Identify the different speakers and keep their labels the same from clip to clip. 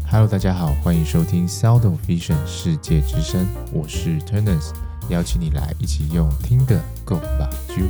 Speaker 1: Hello， 大家好，欢迎收听 Sound of Vision 世界之声，我是 Turners， 邀请你来一起用听的 Go 吧啾。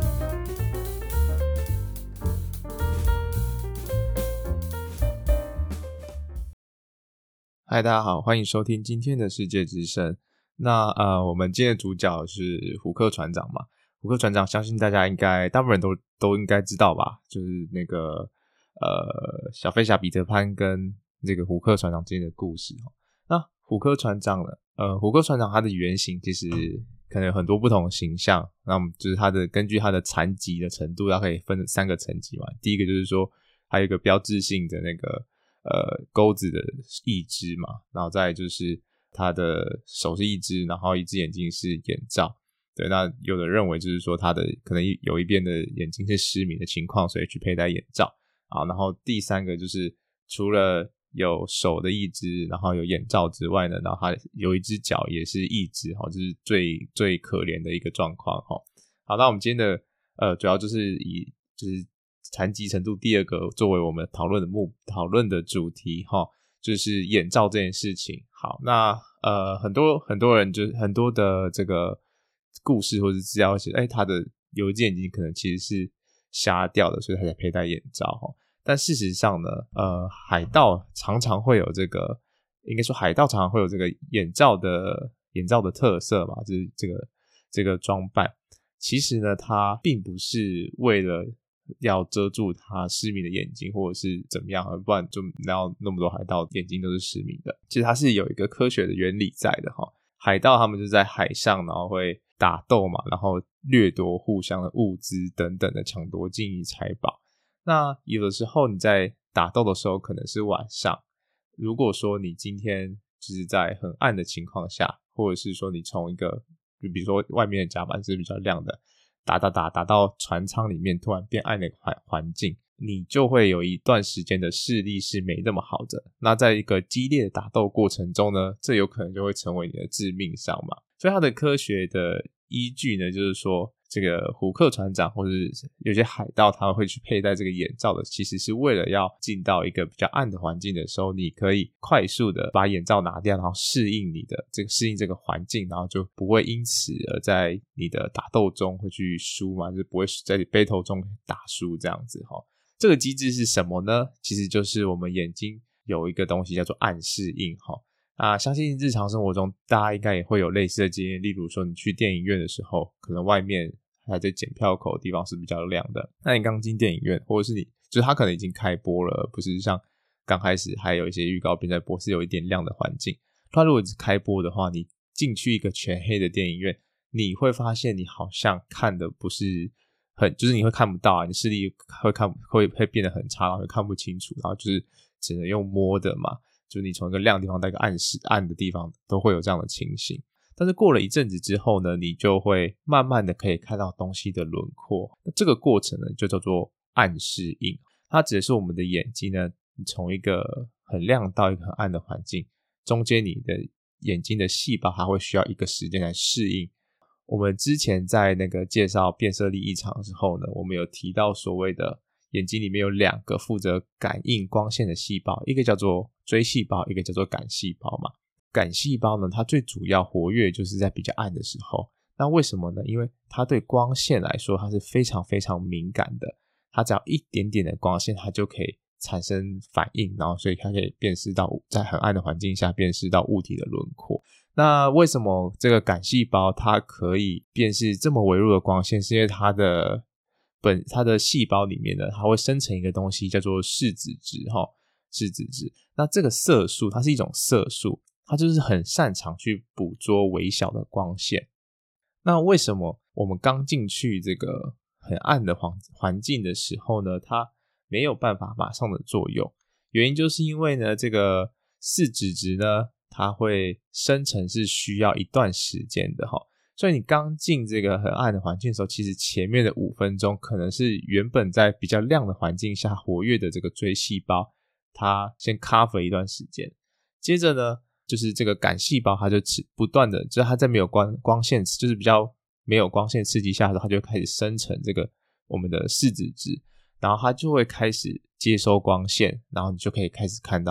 Speaker 1: 嗨，大家好，欢迎收听今天的世界之声。那我们今天的主角是虎克船长嘛？虎克船长，相信大家应该大部分人都应该知道吧？就是那个小飞侠彼得潘跟这个虎克船长之间的故事。那虎克船长呢？虎克船长他的原型其实可能有很多不同的形象，那我们就是根据他的残疾的程度，它可以分3个层级嘛。第一个就是说，还有一个标志性的那个钩子的义肢嘛，然后再来就是他的手是义肢，然后一只眼睛是眼罩。对，那有的认为就是说他的可能有一边的眼睛是失明的情况，所以去佩戴眼罩啊。然后第3个就是除了有手的义肢，然后有眼罩之外呢，然后他有一只脚也是义肢，这是最可怜的一个状况。好，那我们今天的主要就是以就是残疾程度第2个作为我们讨论的主题就是眼罩这件事情。好，那很多人就是很多的这个故事或是资料写他的有一只眼睛可能其实是瞎掉的，所以他才佩戴眼罩但事实上呢，海盗常常会有这个，应该说海盗常常会有这个眼罩的特色嘛，就是这个装扮。其实呢，它并不是为了要遮住他失明的眼睛，或者是怎么样，不然就那么多海盗眼睛都是失明的。其实它是有一个科学的原理在的海盗他们就在海上，然后会打斗嘛，然后掠夺互相的物资等等的，抢夺金银财宝。那有的时候你在打斗的时候可能是晚上，如果说你今天就是在很暗的情况下，或者是说你从一个就比如说外面的甲板是比较亮的，打到船舱里面突然变暗的环境，你就会有一段时间的视力是没那么好的。那在一个激烈的打斗过程中呢，这有可能就会成为你的致命伤嘛。所以它的科学的依据呢，就是说这个虎克船长或是有些海盗他会去佩戴这个眼罩的，其实是为了要进到一个比较暗的环境的时候，你可以快速的把眼罩拿掉，然后适应这个环境，然后就不会因此而在你的打斗中会去输嘛，就是不会在battle中打输这样子这个机制是什么呢？其实就是我们眼睛有一个东西叫做暗视镜相信日常生活中大家应该也会有类似的经验，例如说你去电影院的时候，可能外面还在检票口的地方是比较亮的，那你刚进电影院，或者是就是它可能已经开播了，不是像刚开始还有一些预告片在播，是有一点亮的环境。它如果是开播的话，你进去一个全黑的电影院，你会发现你好像看的不是就是你会看不到你视力会变得很差，然后会看不清楚，然后就是只能用摸的嘛，就是你从一个亮的地方到一个暗的地方都会有这样的情形。但是过了一阵子之后呢，你就会慢慢的可以看到东西的轮廓，那这个过程呢就叫做暗视镜。它指的是我们的眼睛呢，从一个很亮到一个很暗的环境，中间你的眼睛的细胞它会需要一个时间来适应。我们之前在那个介绍变色力异常的时候呢，我们有提到所谓的眼睛里面有2个负责感应光线的细胞，一个叫做锥细胞，一个叫做感细胞嘛。感细胞呢，它最主要活跃就是在比较暗的时候。那为什么呢？因为它对光线来说它是非常非常敏感的，它只要一点点的光线它就可以产生反应，然后所以它可以辨识到在很暗的环境下辨识到物体的轮廓。那为什么这个感细胞它可以辨识这么微弱的光线？是因为它的细胞里面呢，它会生成一个东西叫做视紫质视紫质。那这个色素它是一种色素，它就是很擅长去捕捉微小的光线。那为什么我们刚进去这个很暗的环境的时候呢，它没有办法马上的作用？原因就是因为呢，这个视紫质呢，它会生成是需要一段时间的所以你刚进这个很暗的环境的时候，其实前面的5分钟可能是原本在比较亮的环境下活跃的这个锥细胞，它先 cover 一段时间，接着呢就是这个感细胞它就不断的，就是它在没有光线，就是比较没有光线刺激下的时候，它就开始生成这个我们的视紫质，然后它就会开始接收光线，然后你就可以开始看到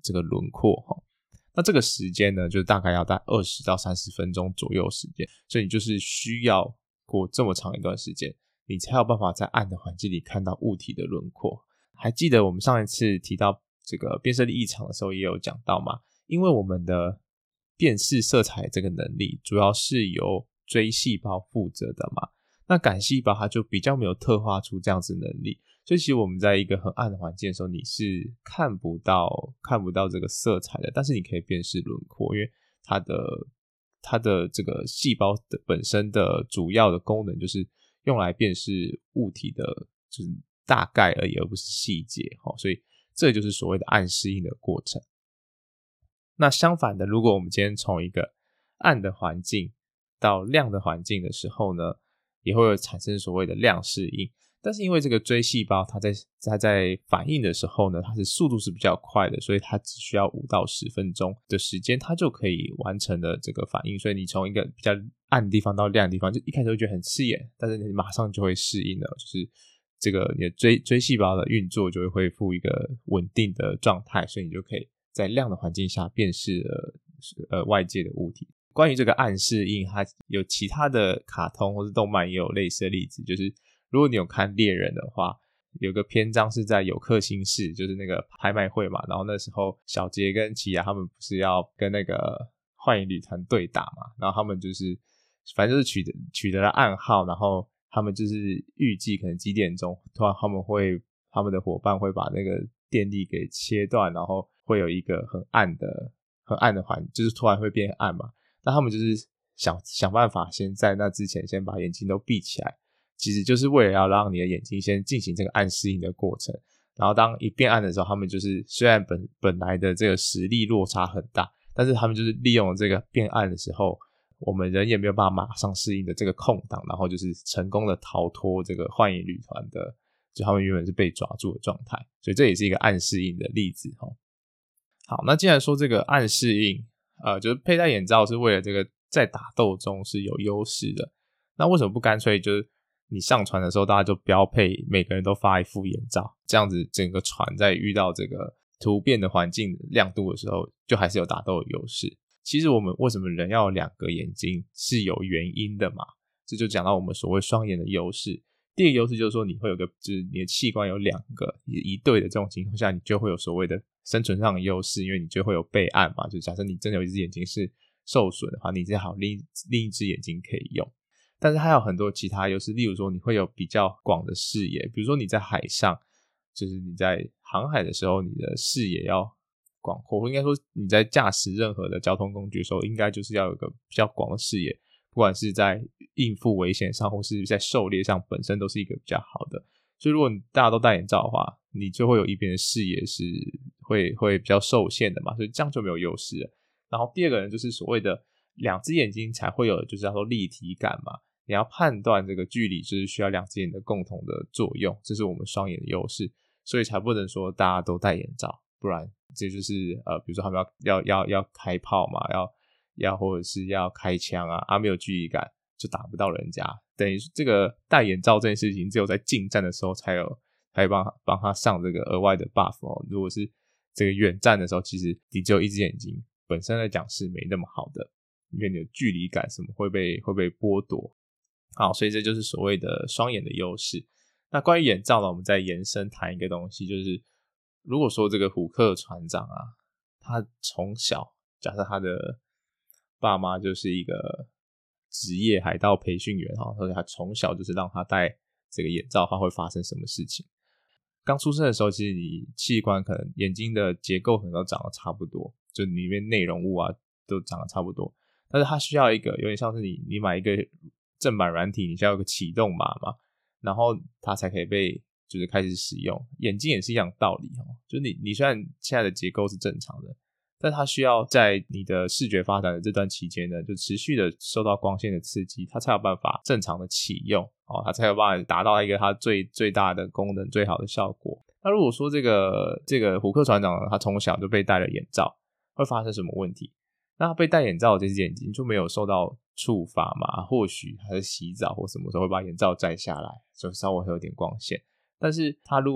Speaker 1: 这个轮廓。那这个时间呢，就大概要在20到30分钟左右时间，所以你就是需要过这么长一段时间，你才有办法在暗的环境里看到物体的轮廓。还记得我们上一次提到这个变色力异常的时候也有讲到嘛，因为我们的辨识色彩这个能力主要是由锥细胞负责的嘛，那杆细胞它就比较没有特化出这样子的能力，所以其实我们在一个很暗的环境的时候，你是看不到这个色彩的，但是你可以辨识轮廓，因为它的这个细胞的本身的主要的功能就是用来辨识物体的就是大概而已，而不是细节，所以这就是所谓的暗适应的过程。那相反的，如果我们今天从一个暗的环境到亮的环境的时候呢，也会有产生所谓的亮适应。但是因为这个锥细胞它在反应的时候呢，它是速度是比较快的，所以它只需要5到10分钟的时间，它就可以完成了这个反应。所以你从一个比较暗的地方到亮的地方，就一开始会觉得很刺眼，但是你马上就会适应了，就是这个你的锥细胞的运作就会恢复一个稳定的状态，所以你就可以在亮的环境下辨识外界的物体。关于这个暗适应，它有其他的卡通或是动漫也有类似的例子，就是如果你有看猎人的话，有个篇章是在有克星市，就是那个拍卖会嘛，然后那时候小杰跟奇亚他们不是要跟那个幻影旅团对打嘛，然后他们就是反正就是取得了暗号，然后他们就是预计可能几点钟突然他们的伙伴会把那个电力给切断，然后会有一个很暗的环，就是突然会变暗嘛，那他们就是想办法先在那之前先把眼睛都闭起来，其实就是为了要让你的眼睛先进行这个暗适应的过程，然后当一变暗的时候，他们就是虽然本来的这个实力落差很大，但是他们就是利用这个变暗的时候，我们人也没有办法马上适应的这个空档，然后就是成功的逃脱这个幻影旅团的，就他们原本是被抓住的状态，所以这也是一个暗适应的例子。好，那既然说这个暗适应就是佩戴眼罩是为了这个在打斗中是有优势的，那为什么不干脆就是你上船的时候大家就标配每个人都发一副眼罩，这样子整个船在遇到这个突变的环境亮度的时候就还是有打斗的优势。其实我们为什么人要有2个眼睛是有原因的嘛，这就讲到我们所谓双眼的优势。第一个优势就是说你会有就是你的器官有2个一对的这种情况下，你就会有所谓的生存上的优势，因为你就会有备案嘛，就假设你真的有一只眼睛是受损的话，你至少另一只眼睛可以用。但是还有很多其他优势，例如说你会有比较广的视野，比如说你在海上，就是你在航海的时候，你的视野要广阔，或应该说你在驾驶任何的交通工具的时候，应该就是要有一个比较广的视野，不管是在应付危险上或是在狩猎上，本身都是一个比较好的。所以如果你大家都戴眼罩的话，你就会有一边的视野是会比较受限的嘛，所以这样就没有优势了。然后第二个呢，就是所谓的2只眼睛才会有的就是叫做立体感嘛，你要判断这个距离就是需要2只眼的共同的作用，这是我们双眼的优势，所以才不能说大家都戴眼罩，不然这就是比如说他们要开炮嘛，要或者是要开枪没有距离感就打不到人家，等于这个戴眼罩这件事情只有在近战的时候才帮他上这个额外的 buff 如果是这个远战的时候，其实你只有1只眼睛，本身来讲是没那么好的，因为你的距离感什么会被剥夺。好，所以这就是所谓的双眼的优势。那关于眼罩呢，我们再延伸谈一个东西，就是如果说这个虎克船长他从小假设他的爸妈就是一个职业海盗培训员所以他从小就是让他戴这个眼罩，他会发生什么事情？刚出生的时候，其实你器官可能眼睛的结构可能都长得差不多，就里面内容物都长得差不多，但是它需要一个有点像是你买一个正版软体，你需要有个启动码嘛，然后它才可以被就是开始使用。眼睛也是一样的道理就是你虽然现在的结构是正常的，但它需要在你的视觉发展的这段期间呢，就持续的受到光线的刺激，它才有办法正常的启用它才有办法达到一个它最大的功能最好的效果。那如果说这个虎克船长他从小就被戴了眼罩，会发生什么问题？那他被戴眼罩的这只眼睛就没有受到触发嘛，或许还是洗澡或什么时候会把眼罩摘下来，就稍微会有点光线。但是他如果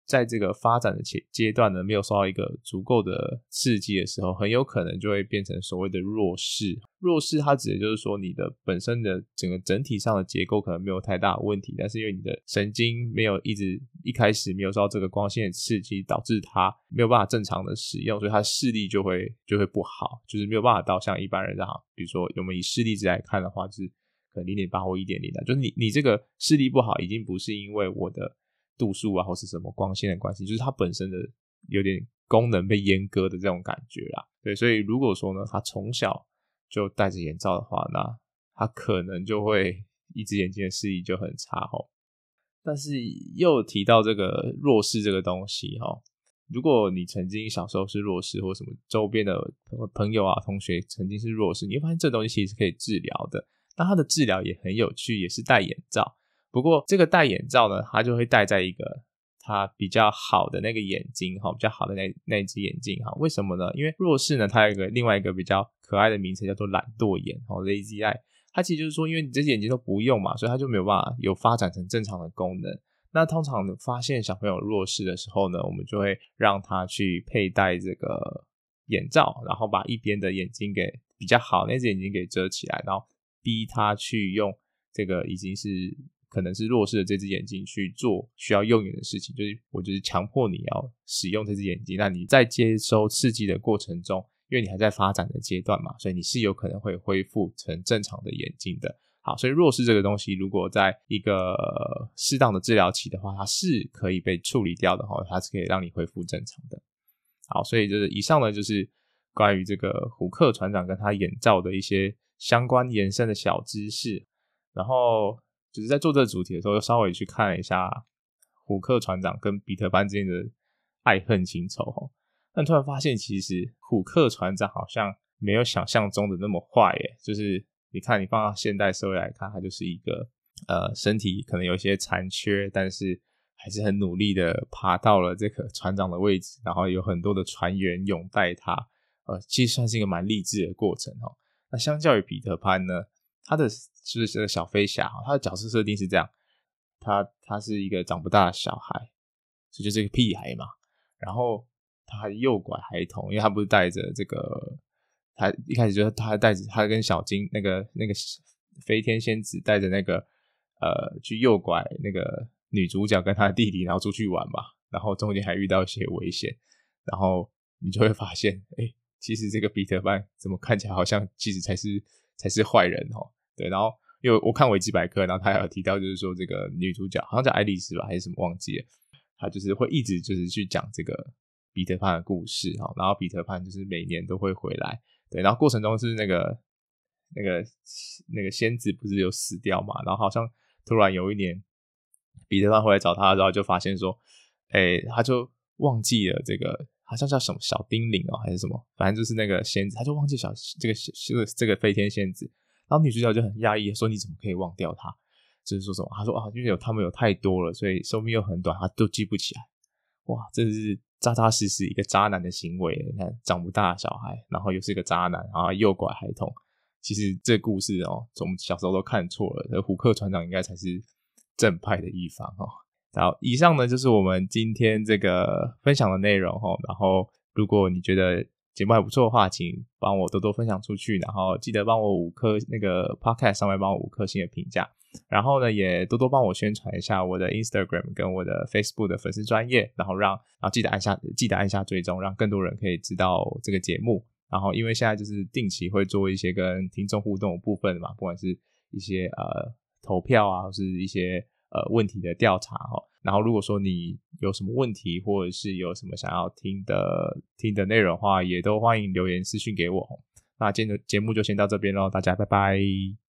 Speaker 1: 在这个发展的阶段呢，没有受到一个足够的刺激的时候，很有可能就会变成所谓的弱势。弱势它指的就是说你的本身的整体上的结构可能没有太大的问题，但是因为你的神经没有一开始没有受到这个光线的刺激，导致它没有办法正常的使用，所以它的视力就会不好，就是没有办法到像一般人这样，比如说我们以视力值来看的话，就是可能 0.8 或 1.0 的，就是你这个视力不好已经不是因为我的度数啊或是什么光线的关系，就是它本身的有点功能被阉割的这种感觉啦。对，所以如果说呢他从小就戴着眼罩的话，那他可能就会一只眼睛的视力就很差齁。但是又提到这个弱势这个东西齁，如果你曾经小时候是弱势，或什么周边的朋友啊同学曾经是弱势，你会发现这东西其实是可以治疗的。那它的治疗也很有趣，也是戴眼罩。不过这个戴眼罩呢，它就会戴在一个它比较好的那个眼睛，比较好的那一只眼睛。为什么呢？因为弱视呢，它有另外一个比较可爱的名称叫做懒惰眼 lazy eye。它其实就是说，因为你这些眼睛都不用嘛，所以它就没有办法有发展成正常的功能。那通常发现小朋友弱视的时候呢，我们就会让他去佩戴这个眼罩，然后把一边的眼睛给比较好那只眼睛给遮起来，然后逼他去用这个已经是可能是弱视的这只眼睛去做需要用眼的事情，就是我就是强迫你要使用这只眼睛。那你在接收刺激的过程中，因为你还在发展的阶段嘛，所以你是有可能会恢复成正常的眼睛的。好，所以弱视这个东西如果在一个适当的治疗期的话，它是可以被处理掉的，它是可以让你恢复正常的。好，所以就是以上呢就是关于这个虎克船长跟他眼罩的一些相关延伸的小知识。然后就是在做这个主题的时候，又稍微去看了一下虎克船长跟彼得潘之间的爱恨情仇。但突然发现其实虎克船长好像没有想象中的那么坏耶，就是你看你放到现代社会来看，他就是一个身体可能有一些残缺，但是还是很努力的爬到了这个船长的位置，然后有很多的船员拥戴他，其实算是一个蛮励志的过程。那相较于彼得潘呢，他的就是这个小飞侠，他的角色设定是这样，他是一个长不大的小孩，所以就是一个屁孩嘛，然后他还诱拐孩童，因为他不是带着这个，他一开始就是他带着他跟小金那个飞天仙子带着那个去诱拐那个女主角跟他的弟弟，然后出去玩嘛，然后中间还遇到一些危险，然后你就会发现其实这个彼得潘怎么看起来好像其实才是坏人对，然后因为我看维基百科，然后他还有提到就是说这个女主角好像叫爱丽丝吧还是什么忘记了，他就是会一直就是去讲这个彼得潘的故事，然后彼得潘就是每年都会回来，对，然后过程中是那个仙子不是有死掉嘛，然后好像突然有一年彼得潘回来找他的时候，就发现说他就忘记了这个好像叫什么小叮铃还是什么，反正就是那个仙子，他就忘记这个飞天仙子，然后女主角就很讶异说你怎么可以忘掉他，就是说什么他说因为他们有太多了，所以寿命又很短，他都记不起来。哇，真的是扎扎实实一个渣男的行为，你看长不大的小孩，然后又是一个渣男，然后诱拐孩童。其实这个故事我们小时候都看错了，虎克船长应该才是正派的一方然后以上呢就是我们今天这个分享的内容然后如果你觉得节目还不错的话，请帮我多多分享出去，然后记得帮我5颗那个 podcast 上面帮我5颗星的评价，然后呢也多多帮我宣传一下我的 Instagram 跟我的 Facebook 的粉丝专页，然后记得按下追踪，让更多人可以知道这个节目。然后因为现在就是定期会做一些跟听众互动的部分嘛，不管是一些投票啊，或是一些问题的调查然后如果说你有什么问题，或者是有什么想要听的内容的话，也都欢迎留言私讯给我。那今天的节目就先到这边咯，大家拜拜。